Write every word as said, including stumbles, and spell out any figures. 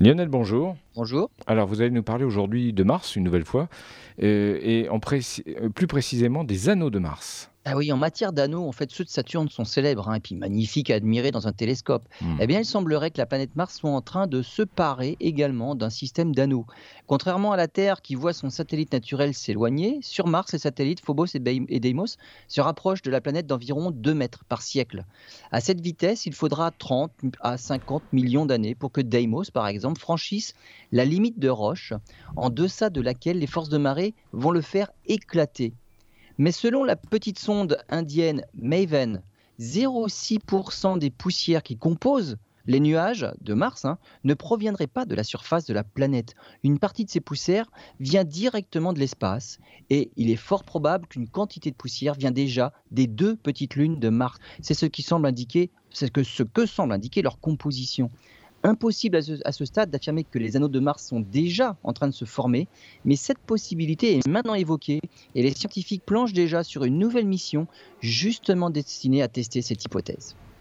Lionel, bonjour. Bonjour. Alors, vous allez nous parler aujourd'hui de Mars, une nouvelle fois, euh, et en préci- euh, plus précisément des anneaux de Mars. Ah oui, en matière d'anneaux, en fait, ceux de Saturne sont célèbres, hein, et puis magnifiques à admirer dans un télescope. Hmm. Eh bien, il semblerait que la planète Mars soit en train de se parer également d'un système d'anneaux. Contrairement à la Terre qui voit son satellite naturel s'éloigner, sur Mars, les satellites Phobos et Beim- et Deimos se rapprochent de la planète d'environ deux mètres par siècle. À cette vitesse, il faudra trente à cinquante millions d'années pour que Deimos, par exemple, franchisse la limite de Roche, en deçà de laquelle les forces de marée vont le faire éclater. Mais selon la petite sonde indienne MAVEN, zéro virgule six pour cent des poussières qui composent les nuages de Mars hein, ne proviendraient pas de la surface de la planète. Une partie de ces poussières vient directement de l'espace et il est fort probable qu'une quantité de poussière vient déjà des deux petites lunes de Mars. C'est ce qui semble indiquer, c'est que ce que semble indiquer leur composition. Impossible à ce, à ce stade d'affirmer que les anneaux de Mars sont déjà en train de se former, mais cette possibilité est maintenant évoquée et les scientifiques planchent déjà sur une nouvelle mission justement destinée à tester cette hypothèse.